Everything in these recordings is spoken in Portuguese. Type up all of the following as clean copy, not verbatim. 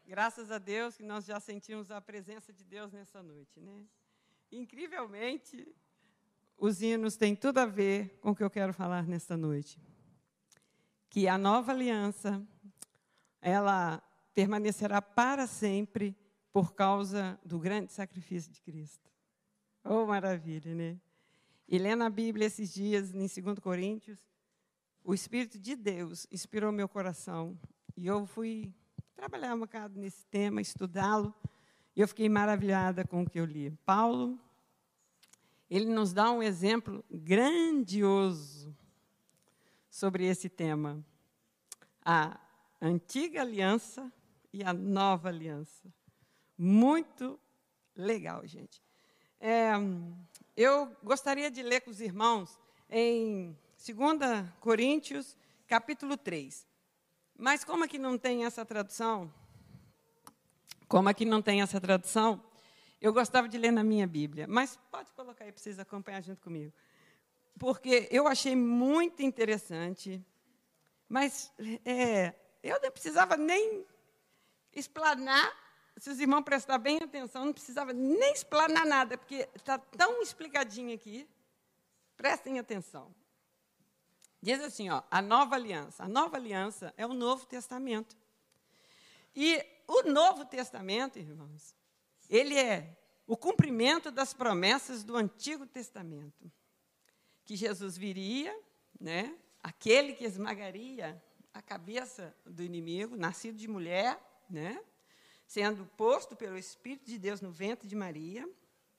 Graças a Deus que nós já sentimos a presença de Deus nessa noite, né? Incrivelmente, os hinos têm tudo a ver com o que eu quero falar nesta noite. Que a nova aliança, ela permanecerá para sempre por causa do grande sacrifício de Cristo. Oh, maravilha, né? E lendo a Bíblia esses dias, em 2 Coríntios, o Espírito de Deus inspirou meu coração. E eu fui trabalhar um bocado nesse tema, estudá-lo, e eu fiquei maravilhada com o que eu li. Paulo, ele nos dá um exemplo grandioso sobre esse tema. A antiga aliança e a nova aliança. Muito legal, gente. Eu gostaria de ler com os irmãos em 2 Coríntios, capítulo 3. Mas como aqui não tem essa tradução, eu gostava de ler na minha Bíblia. Mas pode colocar aí para vocês acompanhar junto comigo. Porque eu achei muito interessante, mas eu não precisava nem explanar, se os irmãos prestarem bem atenção, não precisava nem explanar nada, porque está tão explicadinho aqui. Prestem atenção. Diz assim, ó, a nova aliança. A nova aliança é o Novo Testamento. E o Novo Testamento, irmãos, ele é o cumprimento das promessas do Antigo Testamento. Que Jesus viria, né, aquele que esmagaria a cabeça do inimigo, nascido de mulher, né, sendo posto pelo Espírito de Deus no ventre de Maria.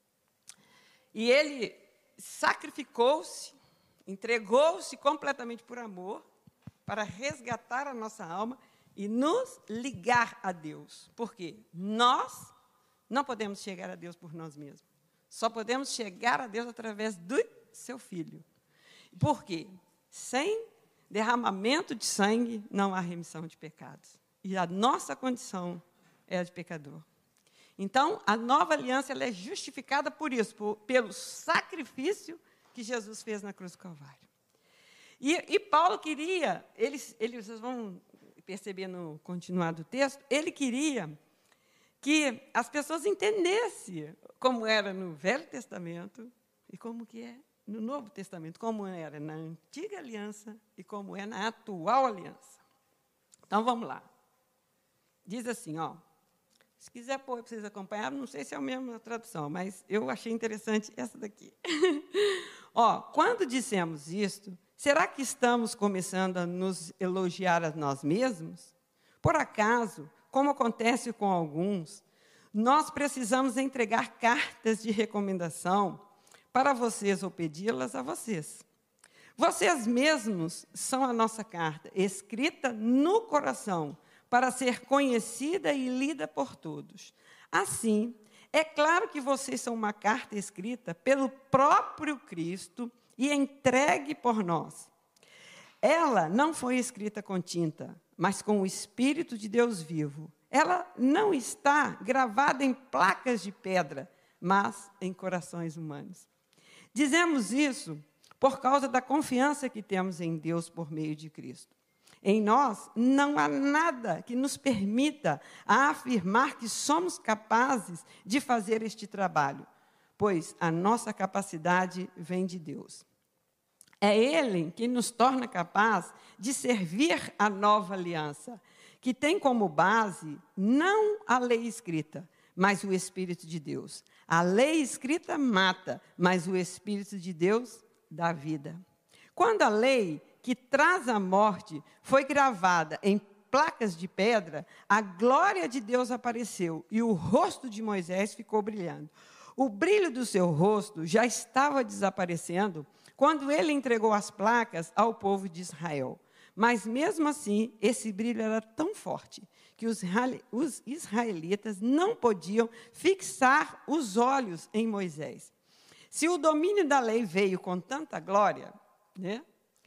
E ele sacrificou-se, entregou-se completamente por amor, para resgatar a nossa alma e nos ligar a Deus. Por quê? Nós não podemos chegar a Deus por nós mesmos. Só podemos chegar a Deus através do seu Filho. Por quê? Sem derramamento de sangue não há remissão de pecados. E a nossa condição é a de pecador. Então, a nova aliança ela é justificada por isso, pelo sacrifício que Jesus fez na cruz do Calvário. E Paulo queria, vocês vão perceber no continuar do texto, ele queria que as pessoas entendessem como era no Velho Testamento e como que é no Novo Testamento, como era na antiga aliança e como é na atual aliança. Então, vamos lá. Diz assim, ó, se quiser pôr para vocês acompanharem, não sei se é a mesma tradução, mas eu achei interessante essa daqui. Ó, quando dissemos isto, será que estamos começando a nos elogiar a nós mesmos? Por acaso, como acontece com alguns, nós precisamos entregar cartas de recomendação para vocês ou pedi-las a vocês. Vocês mesmos são a nossa carta, escrita no coração, para ser conhecida e lida por todos. Assim, é claro que vocês são uma carta escrita pelo próprio Cristo e entregue por nós. Ela não foi escrita com tinta, mas com o Espírito de Deus vivo. Ela não está gravada em placas de pedra, mas em corações humanos. Dizemos isso por causa da confiança que temos em Deus por meio de Cristo. Em nós não há nada que nos permita afirmar que somos capazes de fazer este trabalho, pois a nossa capacidade vem de Deus. É Ele que nos torna capaz de servir a nova aliança, que tem como base não a lei escrita, mas o Espírito de Deus. A lei escrita mata, mas o Espírito de Deus dá vida. Quando a lei que traz a morte foi gravada em placas de pedra, a glória de Deus apareceu e o rosto de Moisés ficou brilhando. O brilho do seu rosto já estava desaparecendo quando ele entregou as placas ao povo de Israel. Mas, mesmo assim, esse brilho era tão forte que os israelitas não podiam fixar os olhos em Moisés. Se o domínio da lei veio com tanta glória, né?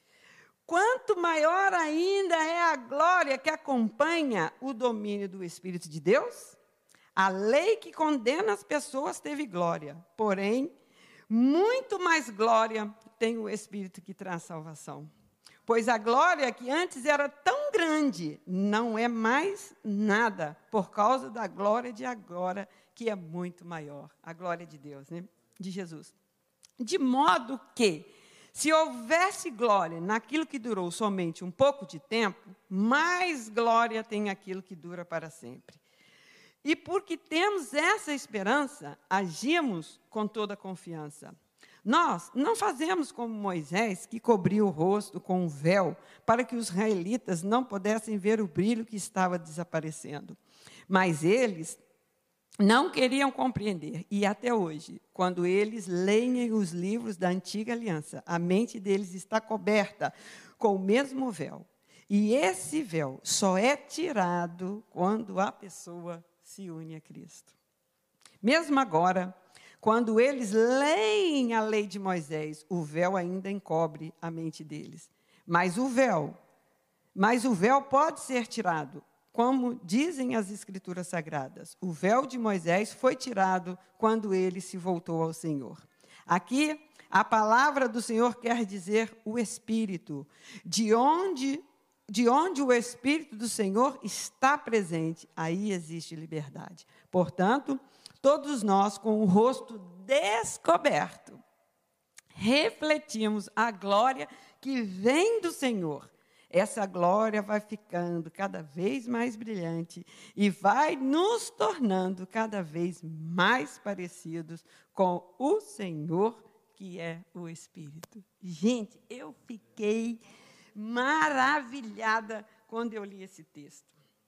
Quanto maior ainda é a glória que acompanha o domínio do Espírito de Deus? A lei que condena as pessoas teve glória, porém, muito mais glória tem o Espírito que traz salvação. pois a glória que antes era tão grande não é mais nada, por causa da glória de agora, que é muito maior. A glória de Deus, né? De Jesus. De modo que, se houvesse glória naquilo que durou somente um pouco de tempo, mais glória tem aquilo que dura para sempre. E porque temos essa esperança, agimos com toda confiança. Nós não fazemos como Moisés, que cobriu o rosto com um véu, para que os israelitas não pudessem ver o brilho que estava desaparecendo. Mas eles não queriam compreender. E até hoje, quando eles leem os livros da antiga aliança, a mente deles está coberta com o mesmo véu. E esse véu só é tirado quando a pessoa se une a Cristo. Mesmo agora, quando eles leem a lei de Moisés, o véu ainda encobre a mente deles. Mas o véu pode ser tirado, como dizem as Escrituras Sagradas. O véu de Moisés foi tirado quando ele se voltou ao Senhor. Aqui, a palavra do Senhor quer dizer o Espírito, de onde o Espírito do Senhor está presente, aí existe liberdade. Portanto, todos nós, com o rosto descoberto, refletimos a glória que vem do Senhor. Essa glória vai ficando cada vez mais brilhante e vai nos tornando cada vez mais parecidos com o Senhor, que é o Espírito. Gente, eu fiquei maravilhada quando eu li esse texto.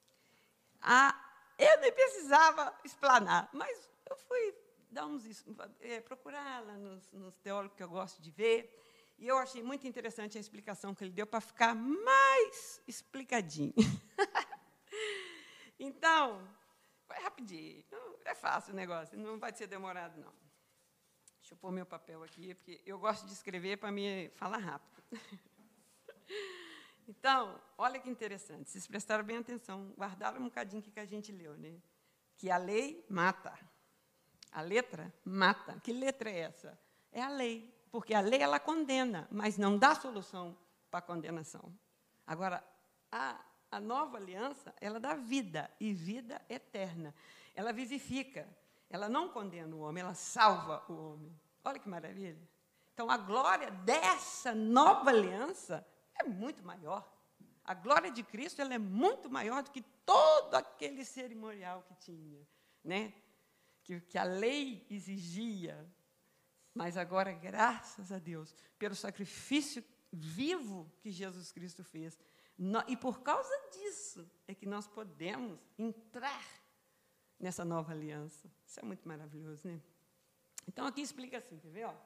Eu nem precisava explanar, mas eu fui procurar lá nos teólogos que eu gosto de ver, e eu achei muito interessante a explicação que ele deu para ficar mais explicadinho. Então, vai rapidinho, é fácil o negócio, não vai ser demorado, não. Deixa eu pôr meu papel aqui, porque eu gosto de escrever para me falar rápido. Então, olha que interessante, vocês prestaram bem atenção, guardaram um bocadinho que a gente leu, né? Que a lei mata, a letra mata. Que letra é essa? É a lei, porque a lei ela condena, mas não dá solução para a condenação. Agora, a nova aliança, ela dá vida, e vida eterna. Ela vivifica, ela não condena o homem, ela salva o homem. Olha que maravilha. Então, a glória dessa nova aliança é muito maior. A glória de Cristo ela é muito maior do que todo aquele cerimonial que tinha, né? Que a lei exigia. Mas agora, graças a Deus, pelo sacrifício vivo que Jesus Cristo fez, e por causa disso é que nós podemos entrar nessa nova aliança. Isso é muito maravilhoso, né? Então, aqui explica assim, quer ver? Ó?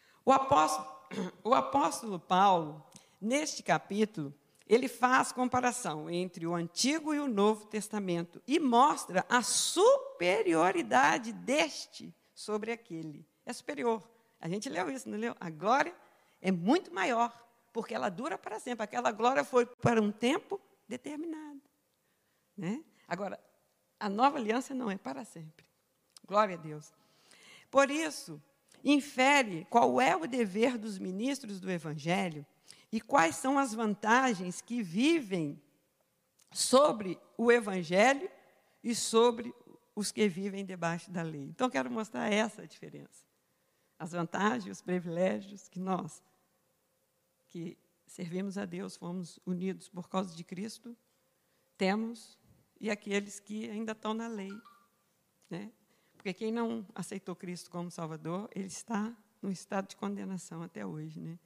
O apóstolo Paulo, neste capítulo, ele faz comparação entre o Antigo e o Novo Testamento e mostra a superioridade deste sobre aquele. É superior. A gente leu isso, não leu? A glória é muito maior, porque ela dura para sempre. Aquela glória foi para um tempo determinado. Né? Agora, a nova aliança não é para sempre. Glória a Deus. Por isso, infere qual é o dever dos ministros do Evangelho e quais são as vantagens que vivem sobre o Evangelho e sobre os que vivem debaixo da lei. Então, quero mostrar essa diferença. As vantagens, os privilégios que nós, que servimos a Deus, fomos unidos por causa de Cristo, temos, e aqueles que ainda estão na lei. Né? Porque quem não aceitou Cristo como Salvador, ele está no estado de condenação até hoje. Né?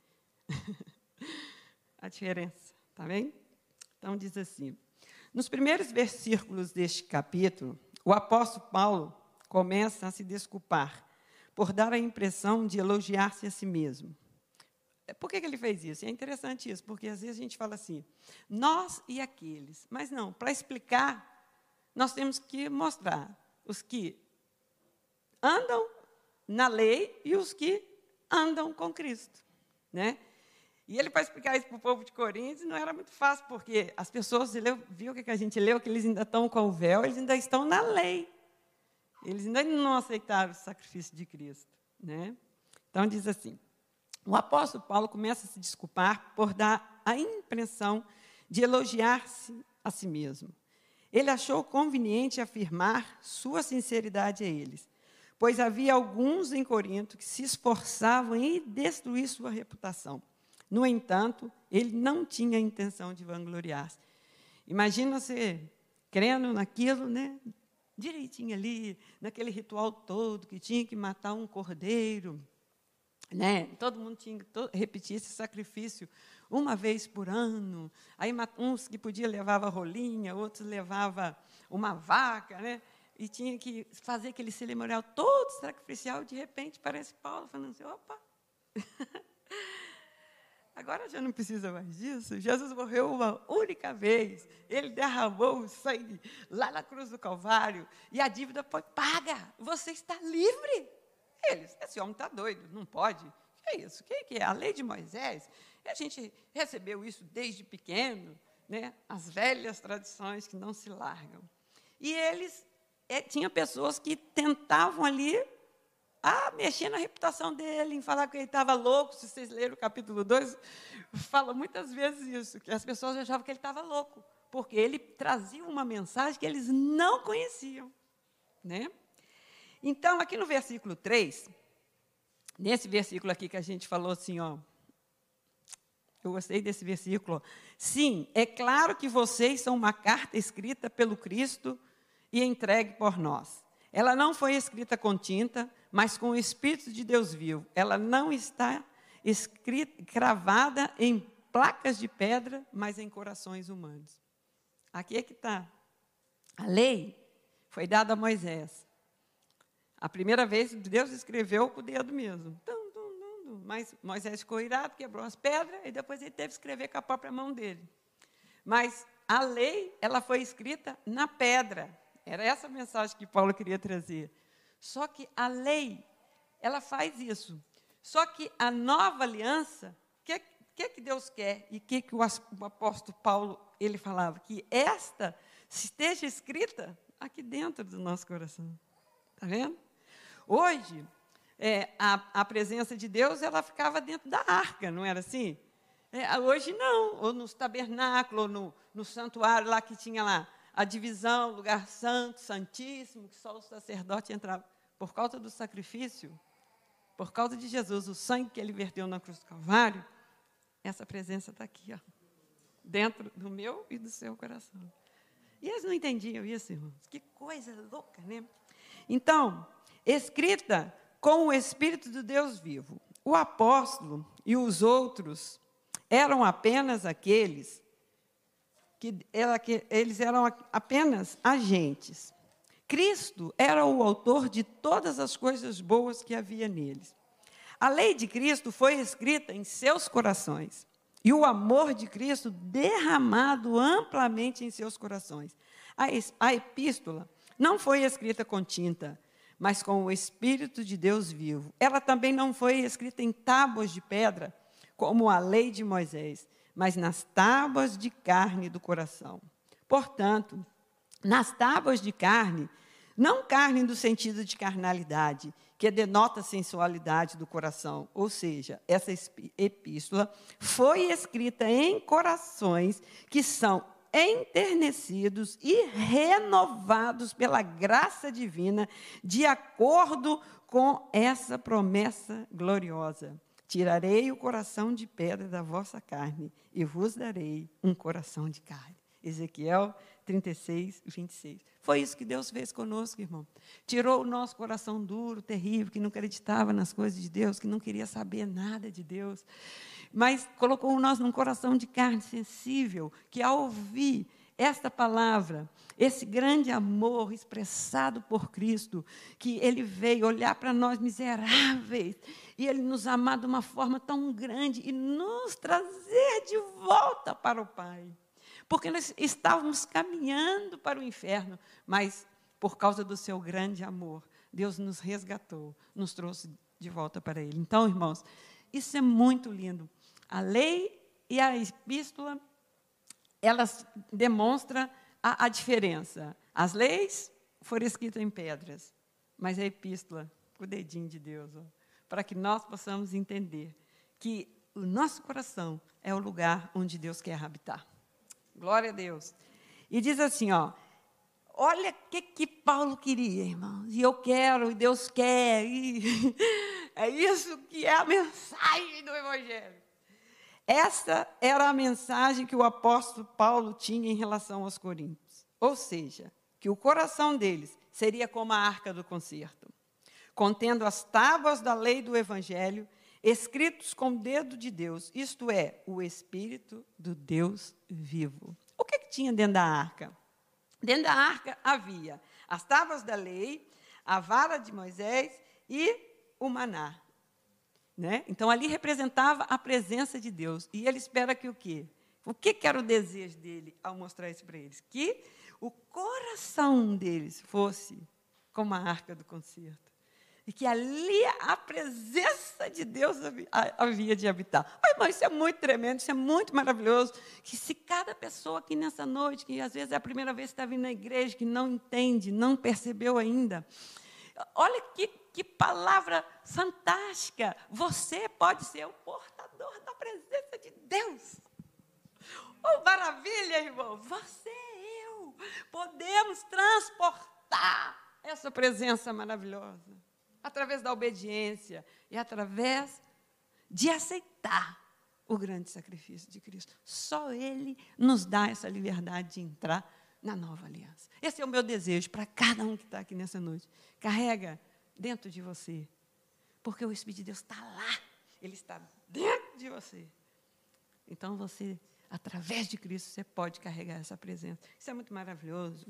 A diferença, está bem? Então, diz assim, nos primeiros versículos deste capítulo, o apóstolo Paulo começa a se desculpar por dar a impressão de elogiar-se a si mesmo. Por que ele fez isso? É interessante isso, porque às vezes a gente fala assim, nós e aqueles. Mas não, para explicar, nós temos que mostrar os que andam na lei e os que andam com Cristo. Né? E ele, para explicar isso para o povo de Coríntios, não era muito fácil, porque as pessoas, viu o que a gente leu, que eles ainda estão com o véu, eles ainda estão na lei. Eles ainda não aceitaram o sacrifício de Cristo. Né? Então, diz assim, o apóstolo Paulo começa a se desculpar por dar a impressão de elogiar-se a si mesmo. Ele achou conveniente afirmar sua sinceridade a eles, pois havia alguns em Corinto que se esforçavam em destruir sua reputação. No entanto, ele não tinha a intenção de vangloriar-se. Imagina você crendo naquilo, né? Direitinho ali, naquele ritual todo, que tinha que matar um cordeiro, né? Todo mundo tinha que repetir esse sacrifício uma vez por ano. Aí uns que podiam levava rolinha, outros levava uma vaca, né? E tinha que fazer aquele cerimonial todo sacrificial. De repente, parece Paulo falando assim, opa, agora já não precisa mais disso. Jesus morreu uma única vez. Ele derramou o sangue lá na cruz do Calvário. E a dívida foi paga. Você está livre. Esse homem está doido, não pode. Que é isso? O que é? A lei de Moisés? A gente recebeu isso desde pequeno, né? As velhas tradições que não se largam. E eles, tinha pessoas que tentavam ali mexer na reputação dele, em falar que ele estava louco. Se vocês leram o capítulo 2, fala muitas vezes isso, que as pessoas achavam que ele estava louco, porque ele trazia uma mensagem que eles não conheciam, né? Então, aqui no versículo 3, nesse versículo aqui que a gente falou assim, ó, eu gostei desse versículo. Sim, é claro que vocês são uma carta escrita pelo Cristo e entregue por nós. Ela não foi escrita com tinta, mas com o Espírito de Deus vivo. Ela não está cravada em placas de pedra, mas em corações humanos. Aqui é que está. A lei foi dada a Moisés. A primeira vez, Deus escreveu com o dedo mesmo. Mas Moisés ficou irado, quebrou as pedras, e depois ele teve que escrever com a própria mão dele. Mas a lei, ela foi escrita na pedra. Era essa a mensagem que Paulo queria trazer. Só que a lei, ela faz isso. Só que a nova aliança, o que Deus quer? E o que o apóstolo Paulo ele falava? Que esta esteja escrita aqui dentro do nosso coração. Está vendo? Hoje, a presença de Deus, ela ficava dentro da arca, não era assim? Hoje não, ou nos tabernáculos, ou no santuário lá que tinha lá a divisão, lugar santo, santíssimo, que só o sacerdote entrava. Por causa do sacrifício, por causa de Jesus, o sangue que ele verteu na cruz do Calvário, essa presença está aqui, ó, dentro do meu e do seu coração. E eles não entendiam isso, irmãos. Que coisa louca, né? Então, escrita com o Espírito do Deus vivo. O apóstolo e os outros eram apenas aqueles eles eram apenas agentes. Cristo era o autor de todas as coisas boas que havia neles. A lei de Cristo foi escrita em seus corações e o amor de Cristo derramado amplamente em seus corações. A epístola não foi escrita com tinta, mas com o Espírito de Deus vivo. Ela também não foi escrita em tábuas de pedra, como a lei de Moisés, mas nas tábuas de carne do coração. Portanto, nas tábuas de carne, não carne no sentido de carnalidade, que denota a sensualidade do coração, ou seja, essa epístola foi escrita em corações que são enternecidos e renovados pela graça divina, de acordo com essa promessa gloriosa. Tirarei o coração de pedra da vossa carne e vos darei um coração de carne. Ezequiel 36, 26. Foi isso que Deus fez conosco, irmão. Tirou o nosso coração duro, terrível, que não acreditava nas coisas de Deus, que não queria saber nada de Deus. Mas colocou nós num coração de carne sensível, que ao ouvir esta palavra, esse grande amor expressado por Cristo, que Ele veio olhar para nós miseráveis, e Ele nos amar de uma forma tão grande e nos trazer de volta para o Pai. Porque nós estávamos caminhando para o inferno, mas por causa do seu grande amor, Deus nos resgatou, nos trouxe de volta para Ele. Então, irmãos, isso é muito lindo. A lei e a epístola, elas demonstram a diferença. As leis foram escritas em pedras, mas a epístola, o dedinho de Deus, para que nós possamos entender que o nosso coração é o lugar onde Deus quer habitar. Glória a Deus. E diz assim, ó, olha o que Paulo queria, irmãos, e eu quero, e Deus quer, e é isso que é a mensagem do Evangelho. Essa era a mensagem que o apóstolo Paulo tinha em relação aos coríntios. Ou seja, que o coração deles seria como a arca do concerto, contendo as tábuas da lei do Evangelho, escritos com o dedo de Deus, isto é, o Espírito do Deus vivo. O que tinha dentro da arca? Dentro da arca havia as tábuas da lei, a vara de Moisés e o maná. Né? Então, ali representava a presença de Deus. E ele espera que o quê? O que era o desejo dele ao mostrar isso para eles? Que o coração deles fosse como a arca do concerto. E que ali a presença de Deus havia de habitar. Ai, mas isso é muito tremendo, isso é muito maravilhoso. Que se cada pessoa aqui nessa noite, que às vezes é a primeira vez que está vindo na igreja, que não entende, não percebeu ainda, olha que palavra fantástica. Você pode ser o portador da presença de Deus. Oh, maravilha, irmão. Você e eu podemos transportar essa presença maravilhosa através da obediência e através de aceitar o grande sacrifício de Cristo. Só Ele nos dá essa liberdade de entrar na nova aliança. Esse é o meu desejo para cada um que está aqui nessa noite. Carrega dentro de você, porque o Espírito de Deus está lá, ele está dentro de você. Então, você, através de Cristo, você pode carregar essa presença. Isso é muito maravilhoso.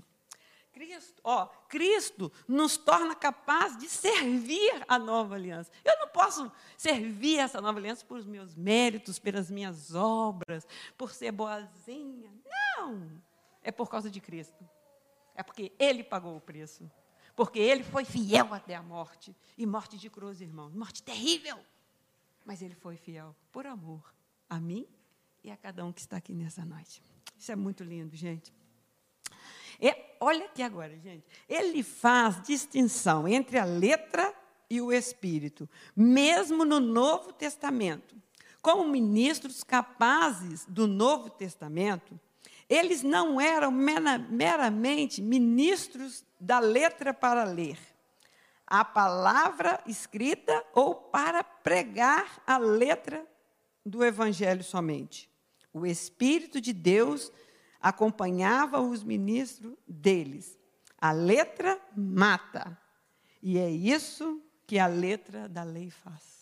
Cristo nos torna capazes de servir a nova aliança. Eu não posso servir essa nova aliança por meus méritos, pelas minhas obras, por ser boazinha. Não! É por causa de Cristo. É porque Ele pagou o preço. Porque Ele foi fiel até a morte. E morte de cruz, irmão. Morte terrível. Mas Ele foi fiel por amor a mim e a cada um que está aqui nessa noite. Isso é muito lindo, gente. Olha aqui agora, gente. Ele faz distinção entre a letra e o Espírito, mesmo no Novo Testamento. Como ministros capazes do Novo Testamento, eles não eram meramente ministros da letra para ler a palavra escrita ou para pregar a letra do Evangelho somente. O Espírito de Deus acompanhava os ministros deles. A letra mata. E é isso que a letra da lei faz.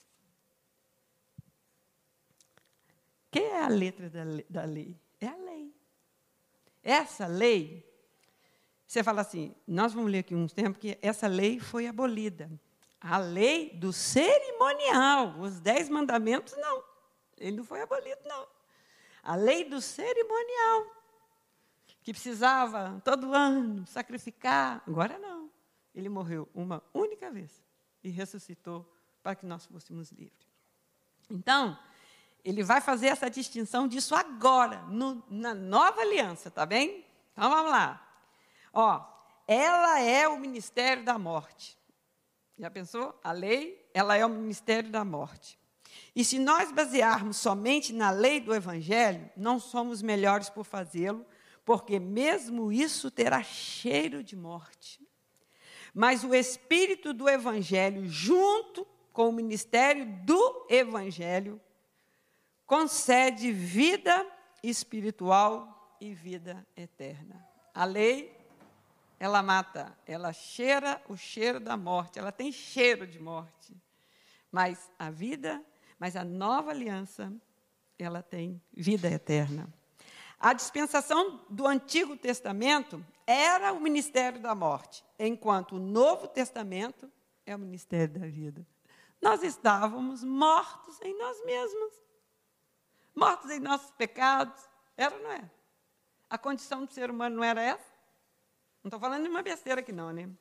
O que é a letra da lei? É a lei. Essa lei, você fala assim, nós vamos ler aqui uns tempos que essa lei foi abolida. A lei do cerimonial, os 10 mandamentos, não. Ele não foi abolido, não. A lei do cerimonial, que precisava todo ano sacrificar, agora não. Ele morreu uma única vez e ressuscitou para que nós fôssemos livres. Então, ele vai fazer essa distinção disso agora, na nova aliança, tá bem? Então, vamos lá. Ela é o ministério da morte. Já pensou? A lei, ela é o ministério da morte. E se nós basearmos somente na lei do Evangelho, não somos melhores por fazê-lo, porque mesmo isso terá cheiro de morte. Mas o Espírito do Evangelho, junto com o ministério do Evangelho, concede vida espiritual e vida eterna. A lei, ela mata, ela cheira o cheiro da morte, ela tem cheiro de morte. Mas a nova aliança, ela tem vida eterna. A dispensação do Antigo Testamento era o ministério da morte, enquanto o Novo Testamento é o ministério da vida. Nós estávamos mortos em nós mesmos, mortos em nossos pecados. Era ou não é? A condição do ser humano não era essa? Não estou falando de uma besteira aqui não, né?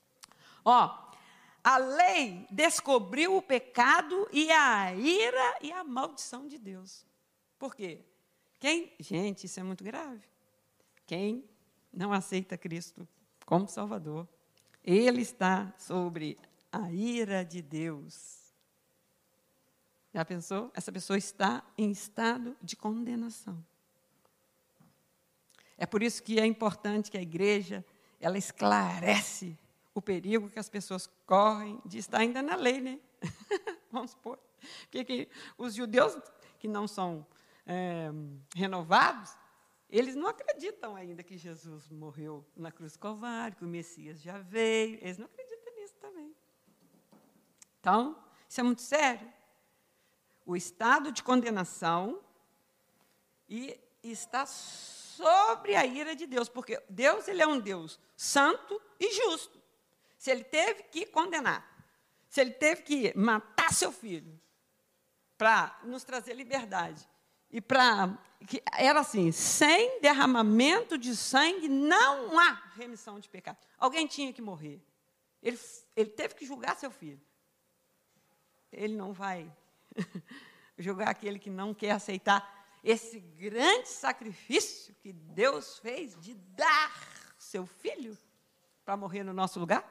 A lei descobriu o pecado e a ira e a maldição de Deus. Por quê? Gente, isso é muito grave. Quem não aceita Cristo como Salvador, ele está sobre a ira de Deus. Já pensou? Essa pessoa está em estado de condenação. É por isso que é importante que a igreja ela esclarece o perigo que as pessoas correm de estar ainda na lei, né? Vamos supor. Porque os judeus que não são renovados, eles não acreditam ainda que Jesus morreu na cruz do Calvário, que o Messias já veio. Eles não acreditam nisso também. Então, isso é muito sério. O estado de condenação e está sobre a ira de Deus, porque Deus ele é um Deus santo e justo. Se ele teve que condenar, se ele teve que matar seu filho para nos trazer liberdade, e para que era assim, sem derramamento de sangue não há remissão de pecado. Alguém tinha que morrer. Ele teve que julgar seu filho. Ele não vai julgar aquele que não quer aceitar esse grande sacrifício que Deus fez de dar seu filho para morrer no nosso lugar?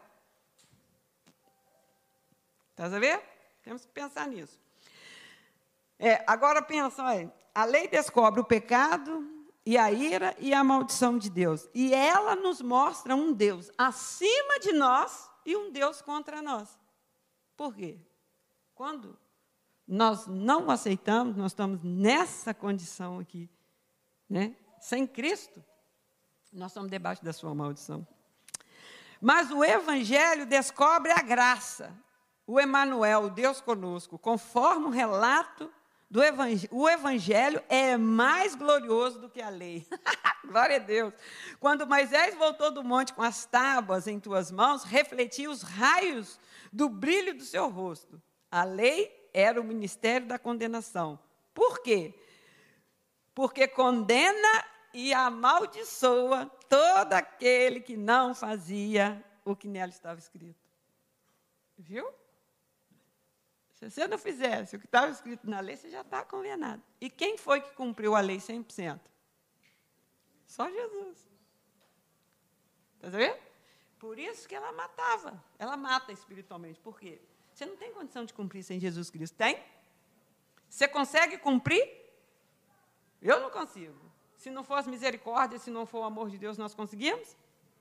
Está a ver? Temos que pensar nisso. Agora pensa, olha, a lei descobre o pecado e a ira e a maldição de Deus. E ela nos mostra um Deus acima de nós e um Deus contra nós. Por quê? Quando nós não o aceitamos, nós estamos nessa condição aqui, né? Sem Cristo, nós estamos debaixo da sua maldição. Mas o Evangelho descobre a graça, o Emanuel, o Deus conosco, conforme o relato do Evangelho. O Evangelho é mais glorioso do que a lei. Glória a Deus. Quando Moisés voltou do monte com as tábuas em tuas mãos, refletia os raios do brilho do seu rosto. A lei era o ministério da condenação. Por quê? Porque condena e amaldiçoa todo aquele que não fazia o que nela estava escrito. Viu? Se você não fizesse o que estava escrito na lei, você já está condenado. E quem foi que cumpriu a lei 100%? Só Jesus. Está vendo? Por isso que ela matava. Ela mata espiritualmente. Por quê? Você não tem condição de cumprir sem Jesus Cristo. Tem? Você consegue cumprir? Eu não consigo. Se não fosse misericórdia, se não for o amor de Deus, nós conseguimos?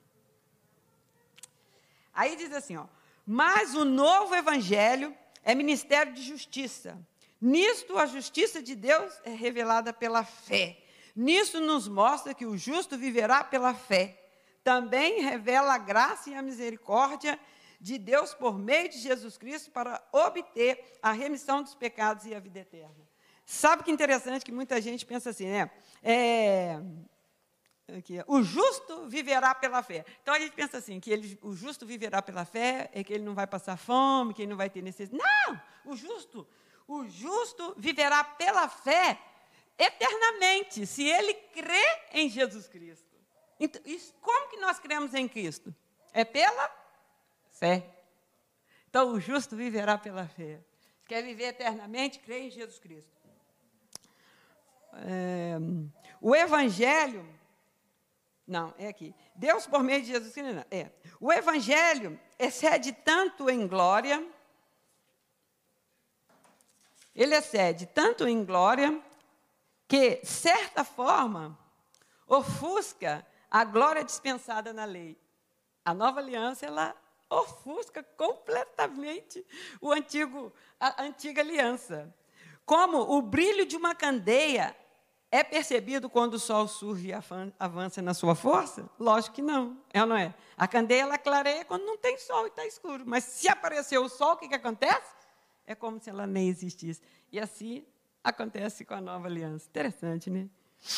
Aí diz assim, ó, mas o novo evangelho é ministério de justiça. Nisto, a justiça de Deus é revelada pela fé. Nisto nos mostra que o justo viverá pela fé. Também revela a graça e a misericórdia de Deus por meio de Jesus Cristo para obter a remissão dos pecados e a vida eterna. Sabe que interessante que muita gente pensa assim, né? O justo viverá pela fé. Então, a gente pensa assim, que o justo viverá pela fé, é que ele não vai passar fome, que ele não vai ter necessidade. Não! O justo viverá pela fé eternamente, se ele crê em Jesus Cristo. Então, como que nós cremos em Cristo? É pela fé. Então, o justo viverá pela fé. Quer viver eternamente? Crê em Jesus Cristo. O Evangelho... Não, é aqui. Deus, por meio de Jesus Cristo, não. O Evangelho excede tanto em glória, ele excede tanto em glória, que, certa forma, ofusca a glória dispensada na lei. A nova aliança, ela ofusca completamente a antiga aliança. Como o brilho de uma candeia é percebido quando o sol surge e avança na sua força? Lógico que não. É ou não é? A candeia, ela clareia quando não tem sol e está escuro. Mas se aparecer o sol, o que acontece? É como se ela nem existisse. E assim acontece com a nova aliança. Interessante, né?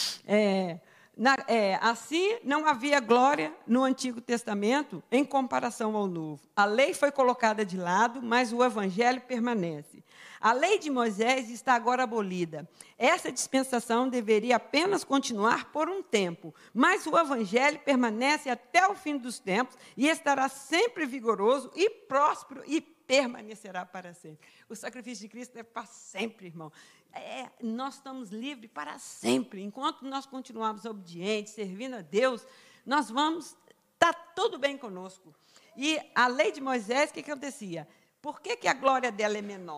Assim, não havia glória no Antigo Testamento em comparação ao Novo. A lei foi colocada de lado, mas o Evangelho permanece. A lei de Moisés está agora abolida. Essa dispensação deveria apenas continuar por um tempo, mas o Evangelho permanece até o fim dos tempos e estará sempre vigoroso e próspero e permanecerá para sempre. O sacrifício de Cristo é para sempre, irmão. Nós estamos livres para sempre. Enquanto nós continuarmos obedientes, servindo a Deus, nós vamos estar tudo bem conosco. E a lei de Moisés, o que acontecia? Por que a glória dela é menor?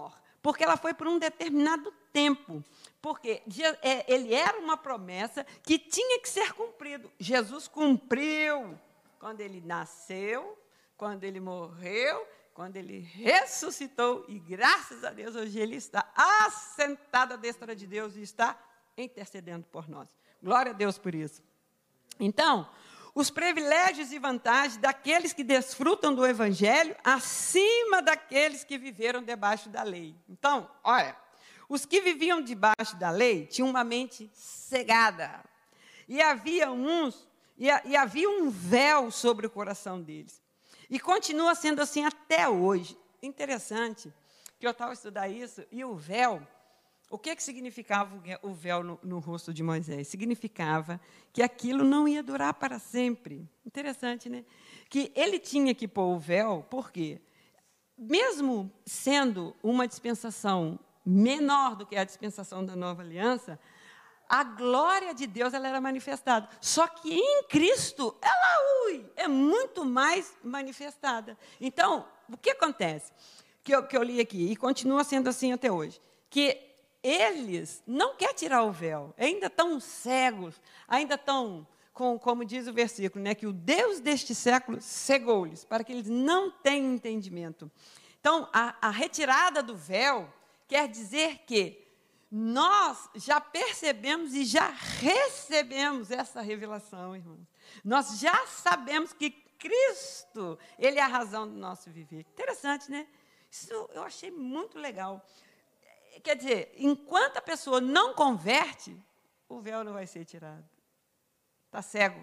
porque ela foi por um determinado tempo. Porque ele era uma promessa que tinha que ser cumprido. Jesus cumpriu quando ele nasceu, quando ele morreu, quando ele ressuscitou, e graças a Deus hoje ele está assentado à destra de Deus e está intercedendo por nós. Glória a Deus por isso. Então, os privilégios e vantagens daqueles que desfrutam do Evangelho acima daqueles que viveram debaixo da lei. Então, olha, os que viviam debaixo da lei tinham uma mente cegada. E havia havia um véu sobre o coração deles. E continua sendo assim até hoje. Interessante que eu estava a estudar isso, e o véu, o que significava o véu no rosto de Moisés? Significava que aquilo não ia durar para sempre. Interessante, né? Que ele tinha que pôr o véu, por quê? Mesmo sendo uma dispensação menor do que a dispensação da nova aliança, a glória de Deus ela era manifestada. Só que em Cristo, ela é muito mais manifestada. Então, o que acontece? Que eu li aqui, e continua sendo assim até hoje, que eles não querem tirar o véu, ainda estão cegos, ainda estão, como diz o versículo, né, que o Deus deste século cegou-lhes, para que eles não tenham entendimento. Então, a retirada do véu quer dizer que nós já percebemos e já recebemos essa revelação, irmãos. Nós já sabemos que Cristo, Ele é a razão do nosso viver. Interessante, né? Isso eu achei muito legal. Quer dizer, enquanto a pessoa não converte, o véu não vai ser tirado. Está cego.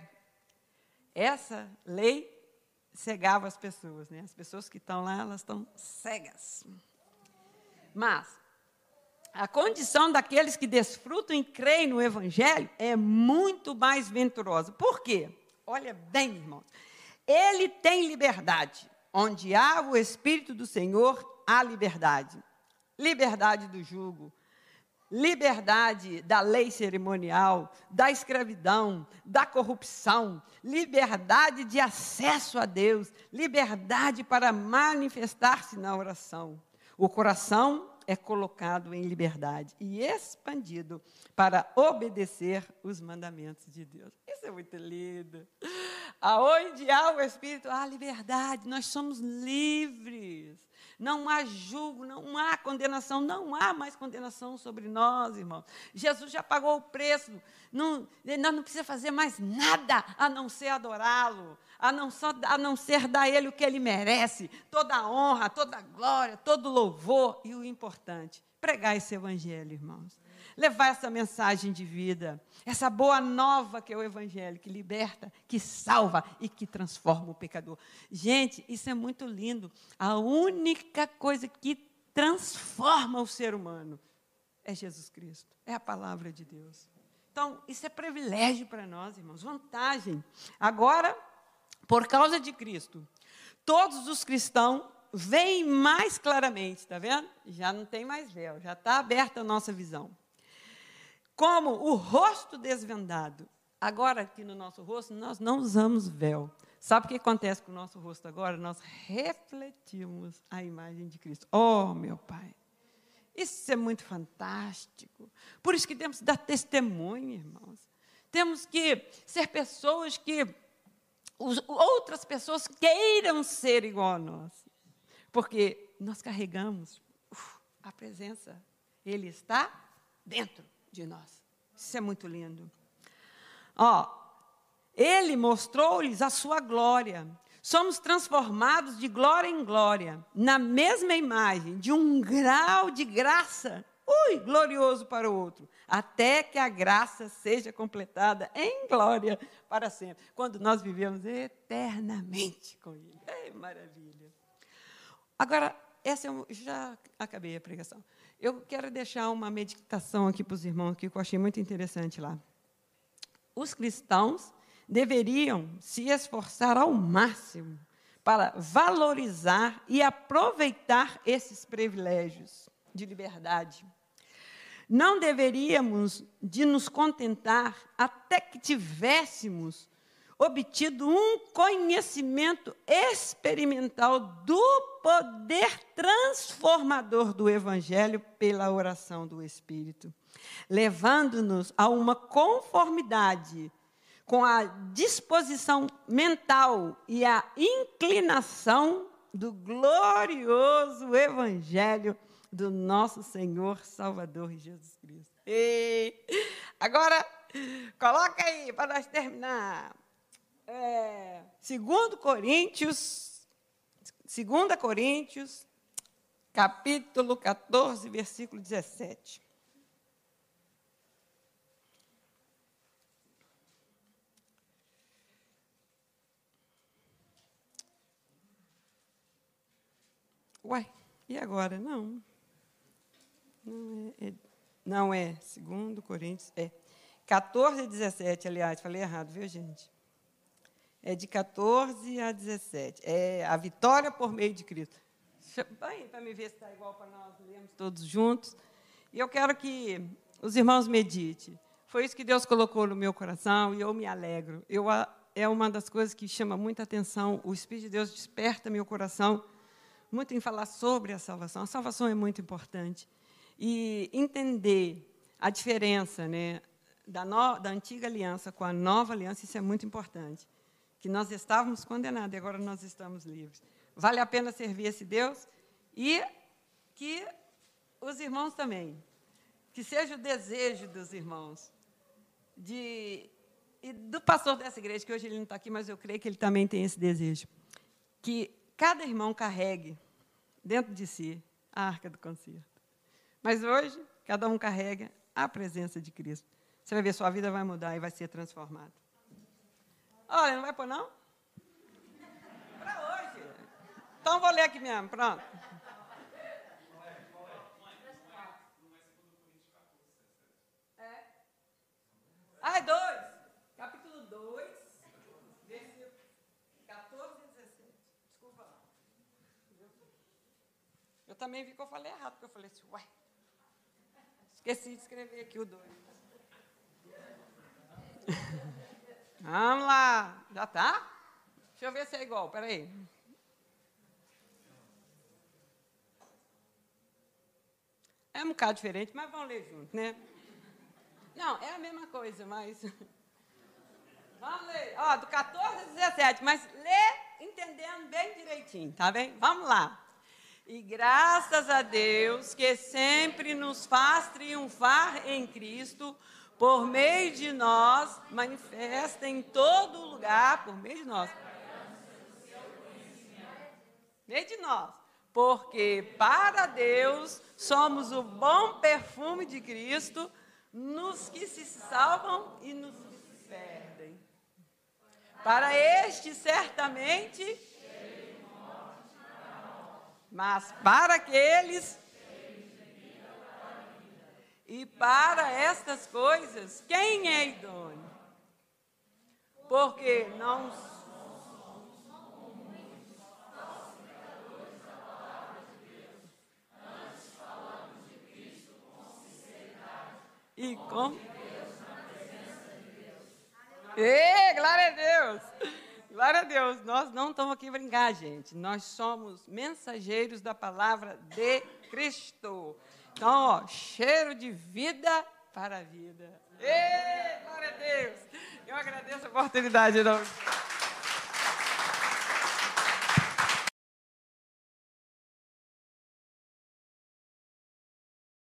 Essa lei cegava as pessoas, né? As pessoas que estão lá, elas estão cegas. Mas a condição daqueles que desfrutam e creem no Evangelho é muito mais venturosa. Por quê? Olha bem, irmãos. Ele tem liberdade. Onde há o Espírito do Senhor, há liberdade. Liberdade do jugo, liberdade da lei cerimonial, da escravidão, da corrupção, liberdade de acesso a Deus, liberdade para manifestar-se na oração. O coração é colocado em liberdade e expandido para obedecer os mandamentos de Deus. Isso é muito lindo. Aonde há o Espírito, há liberdade. Nós somos livres. Não há julgo, não há condenação, não há mais condenação sobre nós, irmãos. Jesus já pagou o preço. Nós não precisamos fazer mais nada a não ser adorá-lo, a não ser dar a Ele o que Ele merece, toda a honra, toda a glória, todo o louvor. E o importante, pregar esse Evangelho, irmãos. Levar essa mensagem de vida, essa boa nova que é o Evangelho, que liberta, que salva e que transforma o pecador. Gente, isso é muito lindo. A única coisa que transforma o ser humano é Jesus Cristo, é a palavra de Deus. Então, isso é privilégio para nós, irmãos, vantagem. Agora, por causa de Cristo, todos os cristãos veem mais claramente, está vendo? Já não tem mais véu, já está aberta a nossa visão. Como o rosto desvendado. Agora, aqui no nosso rosto, nós não usamos véu. Sabe o que acontece com o nosso rosto agora? Nós refletimos a imagem de Cristo. Oh, meu Pai! Isso é muito fantástico. Por isso que temos que dar testemunho, irmãos. Temos que ser pessoas que outras pessoas queiram ser igual a nós. Porque nós carregamos a presença. Ele está dentro de nós. Isso é muito lindo. Ele mostrou-lhes a sua glória. Somos transformados de glória em glória, na mesma imagem, de um grau de graça, glorioso para o outro, até que a graça seja completada em glória para sempre, quando nós vivemos eternamente com Ele. Maravilha! Agora, já acabei a pregação. Eu quero deixar uma meditação aqui para os irmãos, que eu achei muito interessante lá. Os cristãos deveriam se esforçar ao máximo para valorizar e aproveitar esses privilégios de liberdade. Não deveríamos de nos contentar até que tivéssemos obtido um conhecimento experimental do poder transformador do Evangelho pela oração do Espírito, levando-nos a uma conformidade com a disposição mental e a inclinação do glorioso Evangelho do nosso Senhor Salvador Jesus Cristo. E agora, coloca aí, para nós terminar. 2 Coríntios, capítulo 14, versículo 17. Uai, e agora? Não é 2 Coríntios, 14 e 17, aliás, falei errado, viu, gente? É de 14 a 17. É a vitória por meio de Cristo. Bem, para me ver se está igual para nós lermos todos juntos. E eu quero que os irmãos meditem. Foi isso que Deus colocou no meu coração e eu me alegro. É uma das coisas que chama muita atenção. O Espírito de Deus desperta meu coração muito em falar sobre a salvação. A salvação é muito importante. E entender a diferença, né, da antiga aliança com a nova aliança, isso é muito importante. Que nós estávamos condenados e agora nós estamos livres. Vale a pena servir esse Deus e que os irmãos também, que seja o desejo dos irmãos, e do pastor dessa igreja, que hoje ele não está aqui, mas eu creio que ele também tem esse desejo, que cada irmão carregue dentro de si a arca do concerto. Mas hoje, cada um carrega a presença de Cristo. Você vai ver, sua vida vai mudar e vai ser transformada. Olha, não vai pôr, não? Para hoje. Então, vou ler aqui mesmo, pronto. É 2. Capítulo 2, versículo 14 e 17. Desculpa. Eu também vi que eu falei errado, porque eu falei assim, uai. Esqueci de escrever aqui o 2. Vamos lá. Já está? Deixa eu ver se é igual. Espera aí. É um bocado diferente, mas vamos ler junto, né? Não, é a mesma coisa, mas... Vamos ler. Ó, do 14 a 17, mas lê entendendo bem direitinho, tá bem? Vamos lá. E graças a Deus que sempre nos faz triunfar em Cristo, por meio de nós, manifesta em todo lugar, por meio de nós. Meio de nós. Porque para Deus somos o bom perfume de Cristo, nos que se salvam e nos que se perdem. Para este, certamente, mas para aqueles... E para estas coisas, quem é idôneo? Porque não somos falsificadores da palavra de Deus. Antes falamos de Cristo com sinceridade. E com Deus na presença de Deus. Glória a Deus! Glória a Deus! Nós não estamos aqui brincar, gente. Nós somos mensageiros da palavra de Cristo. Então, ó, cheiro de vida para a vida. Glória a Deus! Eu agradeço a oportunidade. Não.